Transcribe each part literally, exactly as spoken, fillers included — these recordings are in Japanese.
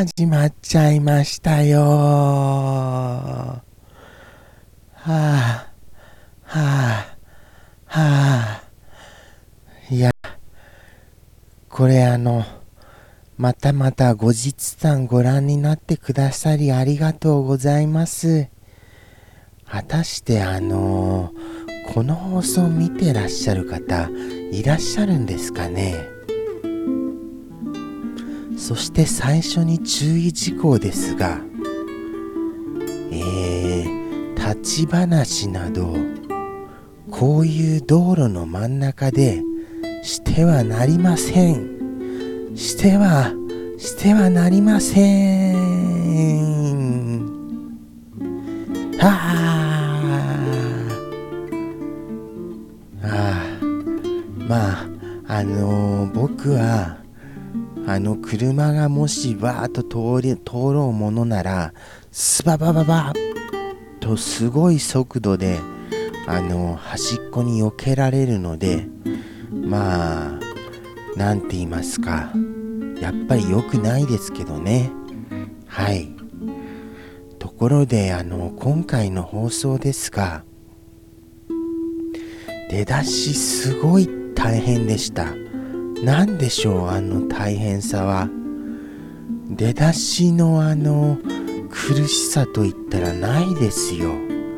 始まっちゃいましたよー。はあ、はあ、はあ。いや、これあの、またまた後日談ご覧になってくださりありがとうございます。果たしてあのー、この放送見てらっしゃる方いらっしゃるんですかね。そして最初に注意事項ですが、えー、立ち話などこういう道路の真ん中でしてはなりません。してはしてはなりません。はあ、ああ、まああのー、僕はあの車がもしわーっと通り通ろうものならスババババとすごい速度であの端っこに避けられるので、まあなんて言いますか、やっぱり良くないですけどね。はい。ところであの今回の放送ですが、出だしすごい大変でした。なんでしょう、あの大変さは。出だしのあの苦しさといったらないですよ。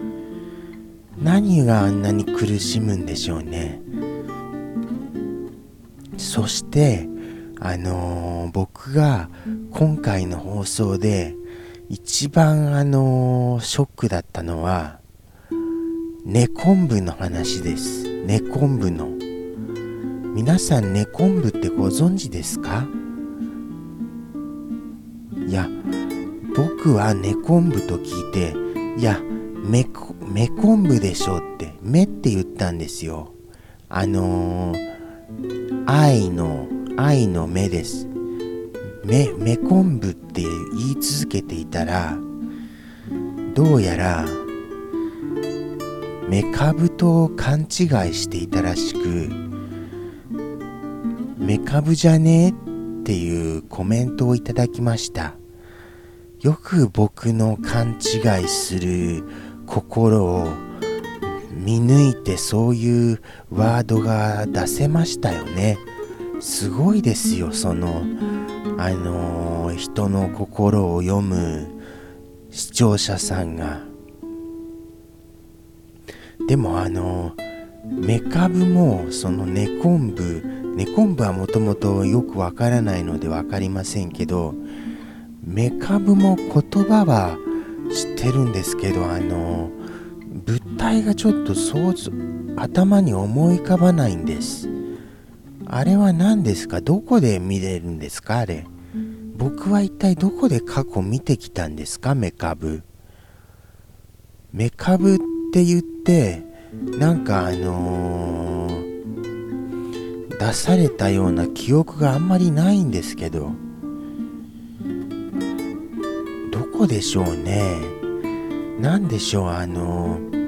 何があんなに苦しむんでしょうね。そしてあのー、僕が今回の放送で一番あのー、ショックだったのは根昆布の話です。根昆布の、皆さん根昆布ってご存知ですか？いや、僕は根昆布と聞いて、いや、めこ、め昆布でしょって、めって言ったんですよ。あのー、愛の、愛の目です。め、め昆布って言い続けていたら、どうやら、めかぶと勘違いしていたらしく、めかぶじゃねえっていうコメントをいただきました。よく僕の勘違いする心を見抜いてそういうワードが出せましたよね。すごいですよ、そのあのー、人の心を読む視聴者さんが。でもあのめかぶもその根昆布根昆布はもともとよくわからないのでわかりませんけど、めかぶも言葉は知ってるんですけど、あの物体がちょっと想像頭に思い浮かばないんです。あれは何ですか？どこで見れるんですか？あれ僕は一体どこで過去見てきたんですか？めかぶめかぶって言ってなんかあのー、出されたような記憶があんまりないんですけど、どこでしょうね。なんでしょう、あのー、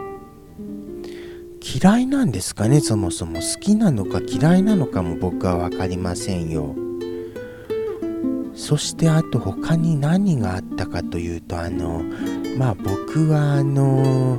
嫌いなんですかね。そもそも好きなのか嫌いなのかも僕は分かりませんよ。そしてあと他に何があったかというと、あのまあ僕はあの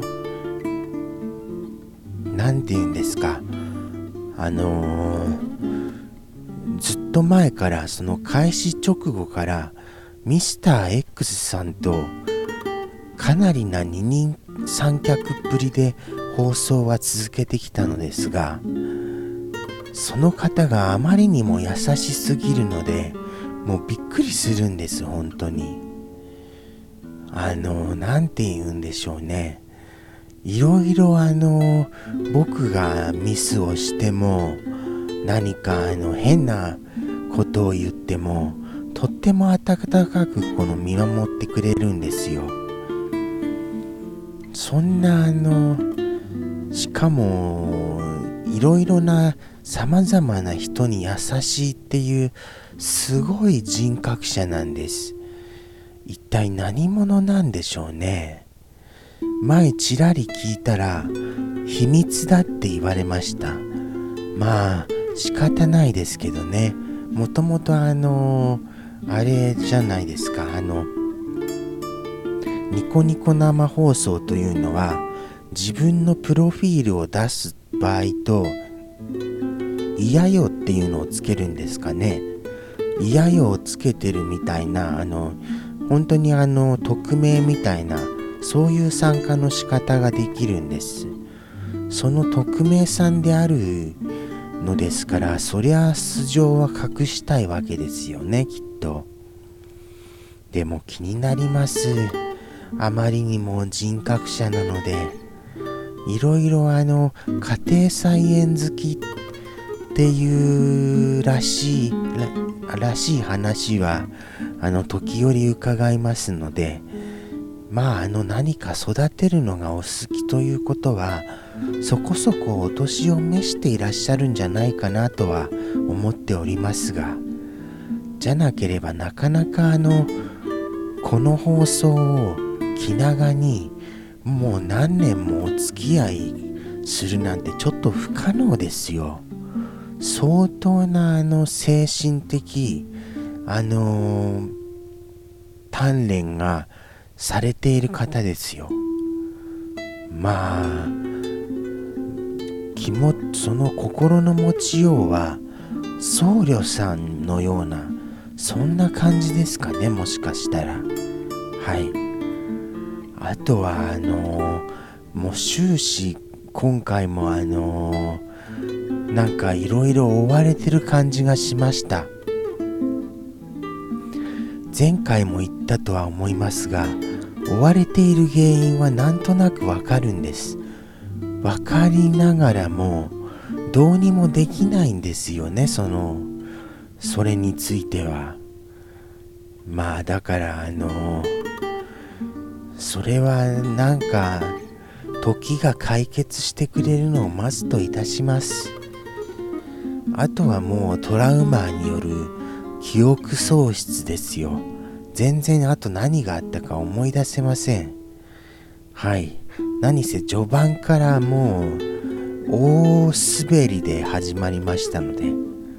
なんて言うんですか、あのずっと前から、その開始直後からミスター X さんとかなりな二人三脚っぷりで放送は続けてきたのですが、その方があまりにも優しすぎるのでもうびっくりするんです。本当にあのなんて言うんでしょうね、いろいろあの僕がミスをしても何かあの変なことを言ってもとっても温かくこの見守ってくれるんですよ。そんなあのしかもいろいろなさまざまな人に優しいっていうすごい人格者なんです。一体何者なんでしょうね。前ちらり聞いたら秘密だって言われました。まあ仕方ないですけどね。もともとあのあれじゃないですか。あのニコニコ生放送というのは自分のプロフィールを出す場合といやよっていうのをつけるんですかね。いやよをつけてるみたいな、あの本当にあの匿名みたいな、そういう参加の仕方ができるんです。その匿名さんであるのですから、そりゃ素性は隠したいわけですよね、きっと。でも気になります。あまりにも人格者なので、いろいろあの家庭菜園好きっていうらしい ら, らしい話はあの時折伺いますので、まああの何か育てるのがお好きということはそこそこお年を召していらっしゃるんじゃないかなとは思っておりますが、じゃなければなかなかあのこの放送を気長にもう何年もお付き合いするなんてちょっと不可能ですよ。相当なあの精神的あのー、鍛錬がされている方ですよ。まあ気もその心の持ちようは僧侶さんのようなそんな感じですかね、もしかしたら。はい。あとはあのー、もう終始今回もあのー、なんかいろいろ追われてる感じがしました。前回も言ったとは思いますが、追われている原因はなんとなくわかるんです。わかりながらもどうにもできないんですよね、そのそれについては。まあだからあのそれはなんか時が解決してくれるのを待つといたします。あとはもうトラウマによる記憶喪失ですよ。全然あと何があったか思い出せません。はい。何せ序盤からもう大滑りで始まりましたので、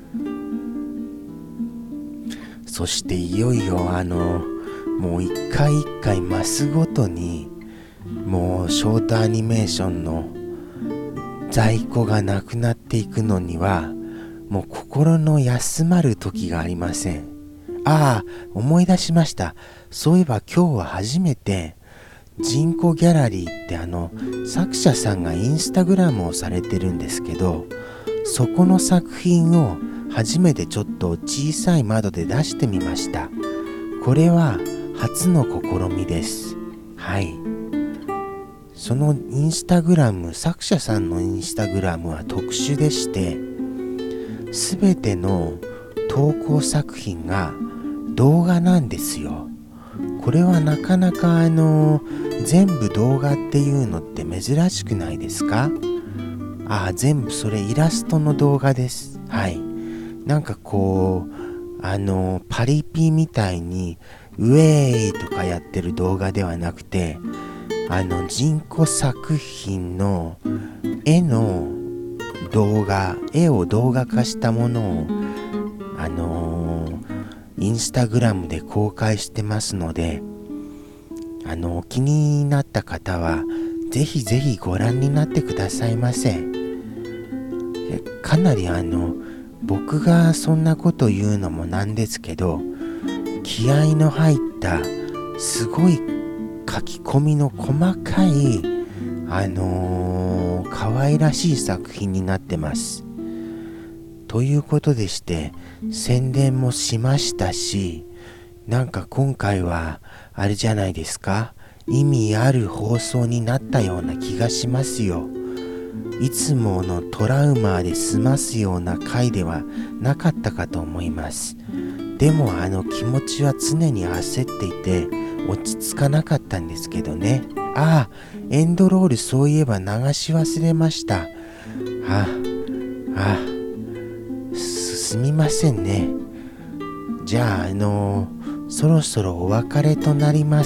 そしていよいよあのもう一回一回マスごとにもうショートアニメーションの在庫がなくなっていくのにはもう心の休まる時がありません。ああ、思い出しました。そういえば今日は初めてジンコギャラリーってあの作者さんがインスタグラムをされてるんですけど、そこの作品を初めてちょっと小さい窓で出してみました。これは初の試みです。はい。そのインスタグラム、作者さんのインスタグラムは特殊でして、すべての投稿作品が動画なんですよ。これはなかなかあの全部動画っていうのって珍しくないですか？ああ、全部それイラストの動画です。はい。なんかこうあのパリピみたいにウェーイとかやってる動画ではなくて、あの人工作品の絵の動画、絵を動画化したものをあのー、インスタグラムで公開してますので、あのー、気になった方はぜひぜひご覧になってくださいませ。かなりあの僕がそんなこと言うのもなんですけど、気合の入ったすごい書き込みの細かいあのー、可愛らしい作品になってます。ということでして宣伝もしましたし、なんか今回はあれじゃないですか、意味ある放送になったような気がしますよ。いつものトラウマで済ますような回ではなかったかと思います。でもあの気持ちは常に焦っていて落ち着かなかったんですけどね。ああ、エンドロールそういえば流し忘れました。ああ、す、すみませんね。じゃああのー、そろそろお別れとなります。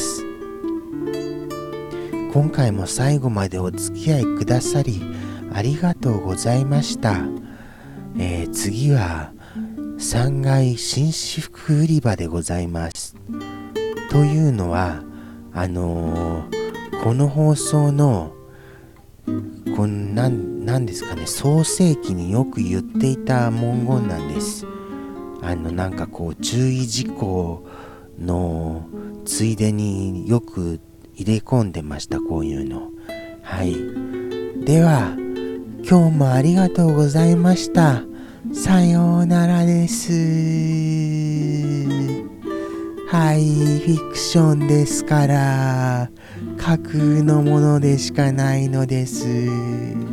今回も最後までお付き合いくださりありがとうございました。えー、次はさんがい紳士服売り場でございます。というのは、あのー、この放送のこんなん、なんですかね、創世記によく言っていた文言なんです。あのなんかこう注意事項のついでによく入れ込んでました、こういうの。はい。では今日もありがとうございました。さようならです。はい、フィクションですから架空のものでしかないのです。